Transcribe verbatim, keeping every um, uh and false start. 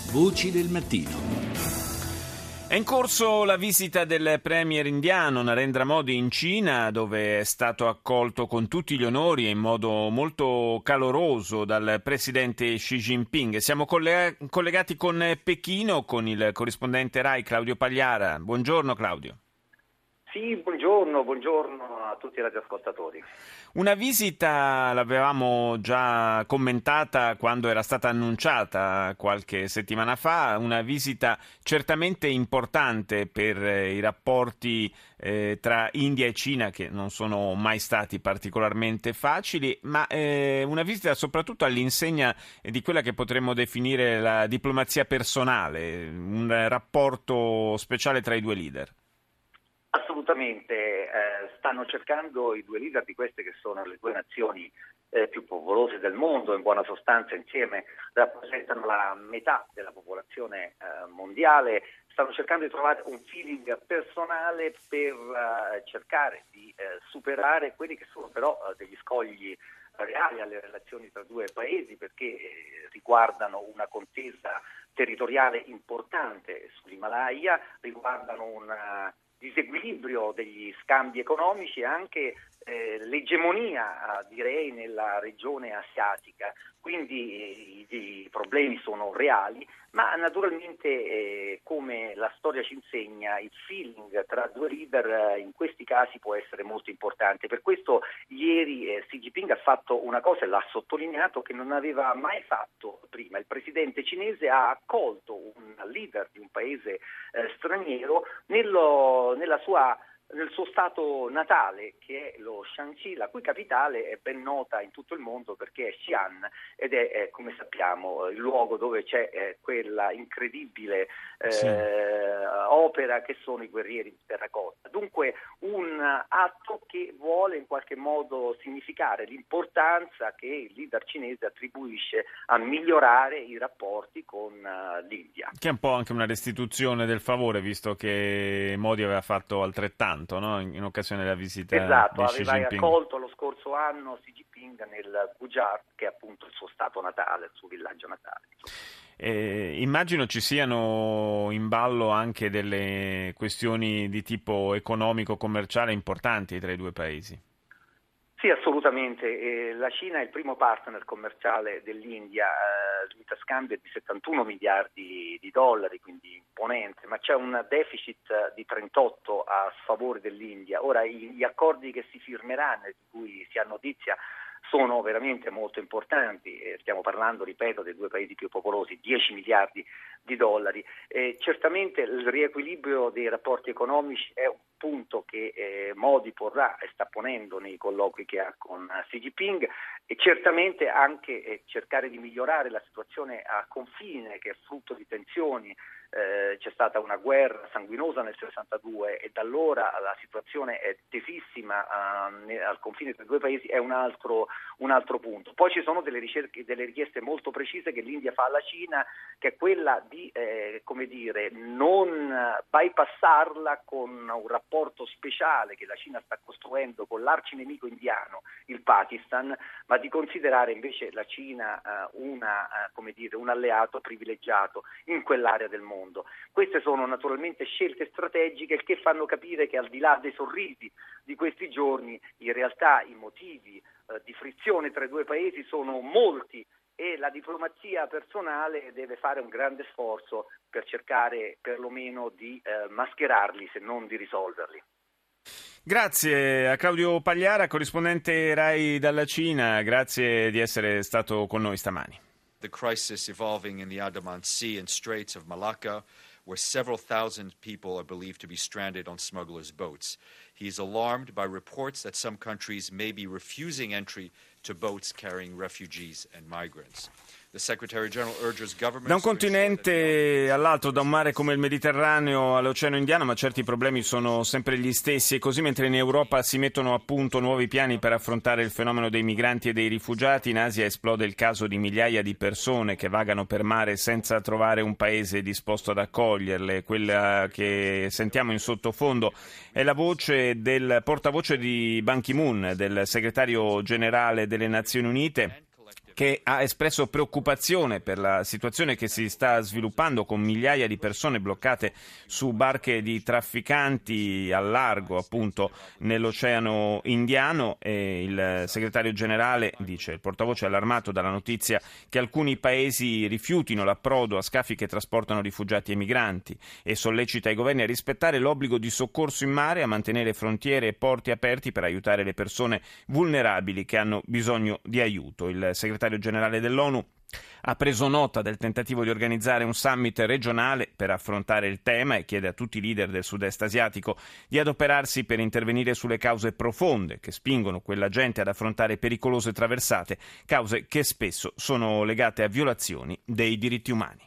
Voci del mattino. È in corso la visita del premier indiano Narendra Modi in Cina, dove è stato accolto con tutti gli onori e in modo molto caloroso dal presidente Xi Jinping. Siamo collegati con Pechino con il corrispondente Rai Claudio Pagliara. Buongiorno Claudio. Sì, buongiorno, buongiorno a tutti i radioascoltatori. Una visita l'avevamo già commentata quando era stata annunciata qualche settimana fa, una visita certamente importante per i rapporti eh, tra India e Cina, che non sono mai stati particolarmente facili, ma eh, una visita soprattutto all'insegna di quella che potremmo definire la diplomazia personale, un rapporto speciale tra i due leader. Assolutamente, eh, stanno cercando i due leader di queste che sono le due nazioni eh, più popolose del mondo, in buona sostanza insieme rappresentano la metà della popolazione eh, mondiale, stanno cercando di trovare un feeling personale per eh, cercare di eh, superare quelli che sono però eh, degli scogli reali alle relazioni tra due paesi, perché eh, riguardano una contesa territoriale importante sull'Himalaya, riguardano una disequilibrio degli scambi economici e anche eh, l'egemonia, direi, nella regione asiatica. Quindi eh, i problemi sono reali, ma naturalmente eh, come la storia ci insegna, il feeling tra due leader eh, in questi casi può essere molto importante. Per questo ieri eh, Xi Jinping ha fatto una cosa e l'ha sottolineato che non aveva mai fatto prima. Il presidente cinese ha accolto un leader di un paese eh, straniero nello, nella sua nel suo stato natale, che è lo Shanxi, la cui capitale è ben nota in tutto il mondo perché è Xi'an ed è, è come sappiamo, il luogo dove c'è eh, quella incredibile eh, sì. opera che sono i guerrieri di terracotta. Dunque un atto che vuole in qualche modo significare l'importanza che il leader cinese attribuisce a migliorare i rapporti con uh, l'India. Che è un po' anche una restituzione del favore, visto che Modi aveva fatto altrettanto, no? in, in occasione della visita esatto, di Xi aveva Jinping. accolto lo scorso anno Xi Jinping nel Gujarat, che è appunto il suo stato natale, il suo villaggio natale. Eh, immagino ci siano in ballo anche delle questioni di tipo economico-commerciale importanti tra i due paesi. Sì, assolutamente. Eh, la Cina è il primo partner commerciale dell'India, eh, l'interscambio è di settantuno miliardi di dollari, quindi imponente, ma c'è un deficit di trentotto a sfavore dell'India. Ora, gli accordi che si firmeranno, di cui si ha notizia, sono veramente molto importanti, eh, stiamo parlando, ripeto, dei due paesi più popolosi, dieci miliardi di dollari. Eh, certamente il riequilibrio dei rapporti economici è un punto che eh, Modi porrà e sta ponendo nei colloqui che ha con Xi Jinping, e certamente anche eh, cercare di migliorare la situazione a confine, che è frutto di tensioni. Eh, c'è stata una guerra sanguinosa nel sessantadue e da allora la situazione è tesissima eh, al confine tra i due paesi, è un altro, un altro punto. Poi ci sono delle ricerche, delle richieste molto precise che l'India fa alla Cina, che è quella di eh, come dire, non bypassarla con un rapporto speciale che la Cina sta costruendo con l'arcinemico indiano, il Pakistan, ma di considerare invece la Cina eh, una, eh, come dire, un alleato privilegiato in quell'area del mondo. Queste sono naturalmente scelte strategiche che fanno capire che al di là dei sorrisi di questi giorni, in realtà i motivi eh, di frizione tra i due paesi sono molti e la diplomazia personale deve fare un grande sforzo per cercare perlomeno di eh, mascherarli, se non di risolverli. Grazie a Claudio Pagliara, corrispondente Rai dalla Cina, grazie di essere stato con noi stamani. The crisis evolving in the Andaman Sea and Straits of Malacca, where several thousand people are believed to be stranded on smugglers' boats. He is alarmed by reports that some countries may be refusing entry to boats carrying refugees and migrants. Da un continente all'altro, da un mare come il Mediterraneo all'Oceano Indiano, ma certi problemi sono sempre gli stessi, e così mentre in Europa si mettono a punto nuovi piani per affrontare il fenomeno dei migranti e dei rifugiati, in Asia esplode il caso di migliaia di persone che vagano per mare senza trovare un paese disposto ad accoglierle. Quella che sentiamo in sottofondo è la voce del portavoce di Ban Ki-moon, del segretario generale delle Nazioni Unite, che ha espresso preoccupazione per la situazione che si sta sviluppando con migliaia di persone bloccate su barche di trafficanti al largo, appunto, nell'Oceano Indiano. E il segretario generale dice, il portavoce è allarmato dalla notizia che alcuni paesi rifiutino l'approdo a scafi che trasportano rifugiati e migranti e sollecita i governi a rispettare l'obbligo di soccorso in mare, a mantenere frontiere e porti aperti per aiutare le persone vulnerabili che hanno bisogno di aiuto. Il segretario generale dell'ONU ha preso nota del tentativo di organizzare un summit regionale per affrontare il tema e chiede a tutti i leader del sud-est asiatico di adoperarsi per intervenire sulle cause profonde che spingono quella gente ad affrontare pericolose traversate, cause che spesso sono legate a violazioni dei diritti umani.